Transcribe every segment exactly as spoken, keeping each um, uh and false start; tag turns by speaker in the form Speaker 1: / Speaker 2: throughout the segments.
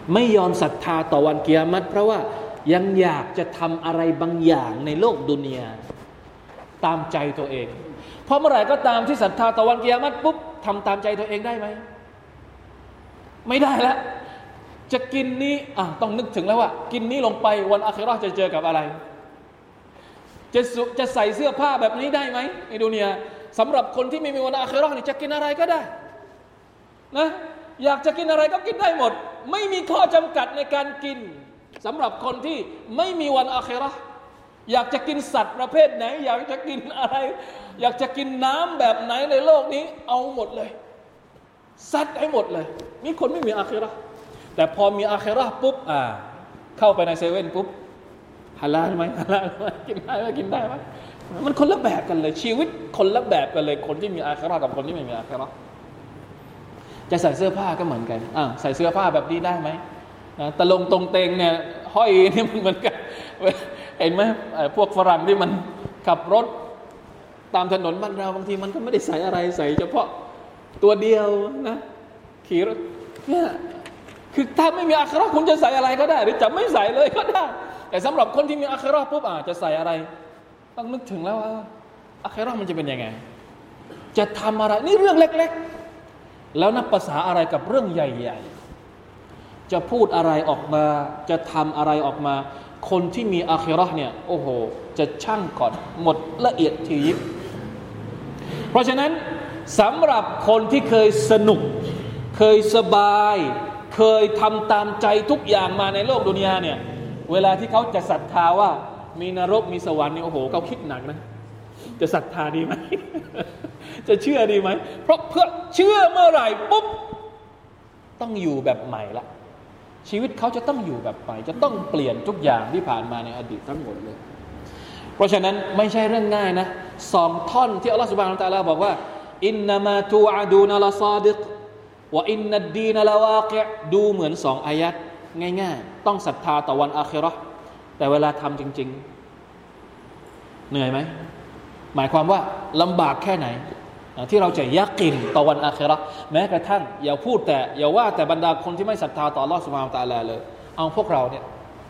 Speaker 1: ไม่ยอมศรัทธาต่อวันกิยามะฮ์เพราะว่ายังอยากจะทำอะไรบางอย่างในโลกดุนยาตามใจตัวเองเพราะเมื่อไหร่ก็ตามที่ศรัทธาต่อวันกิยามะฮ์ปุ๊บทำตามใจตัวเองได้ไหมไม่ได้แล้วจะกินนี้อ่ะต้องนึกถึงแล้วว่ากินนี้ลงไปวันอาคิเราะห์จะเจอกับอะไรจะจะใส่เสื้อผ้าแบบนี้ได้ไหมในดุนยาสำหรับคนที่ไม่มีวันอาคิเราะห์นี่จะกินอะไรก็ได้นะอยากจะกินอะไรก็กินได้หมดไม่มีข้อจำกัดในการกินสำหรับคนที่ไม่มีวันอาคิเราะห์อยากจะกินสัตว์ประเภทไหนอยากจะกินอะไรอยากจะกินน้ำแบบไหนในโลกนี้เอาหมดเลยซัดให้หมดเลยมีคนไม่มีอาคิเราะห์แต่พอมีอาคิเราะห์ปุ๊บอ่าเข้าไปในเซเว่นปุ๊บฮาลาลไหมฮาลาลไหมกินได้ไหมกินได้ไหมมันคนละแบบกันเลยชีวิตคนละแบบกันเลยคนที่มีอาคิเราะห์กับคนที่ไม่มีอาคิเราะห์จะใส่เสื้อผ้าก็เหมือนกันอ่าใส่เสื้อผ้าแบบนี้ได้ไหมนะตะลงตรงเตงเนี่ยห้อยนี่มันเหมือนกันเห็นไหมพวกฝรั่งที่มันขับรถตามถนนบ้านเราบางทีมันก็ไม่ได้ใส่อะไรใส่เฉพาะตัวเดียวนะขี่รถเนี่ยคือถ้าไม่มีอาคิเราะห์คุณจะใส่อะไรก็ได้หรือจะไม่ใส่เลยก็ได้แต่สำหรับคนที่มีอาคิเราะห์ปุ๊บอ่ะจะใส่อะไรต้องนึกถึงแล้วว่าอาคิเราะห์มันจะเป็นยังไงจะทำอะไรนี่เรื่องเล็กๆแล้วนับภาษาอะไรกับเรื่องใหญ่ๆจะพูดอะไรออกมาจะทำอะไรออกมาคนที่มีอาคิเราะห์เนี่ยโอ้โหจะช่างก่อนหมดละเอียดถี่ยิบเพราะฉะนั้นสำหรับคนที่เคยสนุกเคยสบายเคยทำตามใจทุกอย่างมาในโลกดุนยาเนี่ยเวลาที่เขาจะศรัทธาว่ามีนรกมีสวรรค์นี่โอ้โหเขาคิดหนักนะจะศรัทธาดีไหม จะเชื่อดีไหมเพราะเพื่อเชื่อเมื่อไหร่ปุ๊บต้องอยู่แบบใหม่ละชีวิตเขาจะต้องอยู่แบบใหม่จะต้องเปลี่ยนทุกอย่างที่ผ่านมาในอดีตทั้งหมดเลยเพราะฉะนั้นไม่ใช่เรื่องง่ายนะสองท่อนที่อัลลอฮฺซุบฮานะฮูวะตะอาลาบอกว่าอินนามาตูอะดูนะลาซาดิกวะอินนัดดีนละวากิอ์ดูเหมือนสองอายัดง่ายๆต้องศรัทธาต่อวันอาคิเราะห์แต่เวลาทำจริงๆเหนื่อยไหมหมายความว่าลำบากแค่ไหนที่เราจะยักษ์ต่อวันอาคิเราะห์แม้กระทั่งอย่าพูดแต่อย่าว่าแต่บรรดาคนที่ไม่ศรัทธาต่ออัลเลาะห์ซุบฮานะฮูวะตะอาลาเลยเอาพวกเราเนี่ย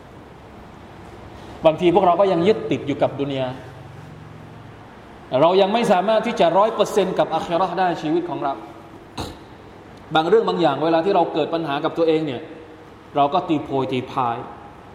Speaker 1: บางทีพวกเราก็ยังยึดติดอยู่กับดุนยาเรายังไม่สามารถที่จะ ร้อยเปอร์เซ็นต์ กับอาคิเราะห์ได้ชีวิตของเราบางเรื่องบางอย่างเวลาที่เราเกิดปัญหากับตัวเองเนี่ยเราก็ตีโพยตีพาย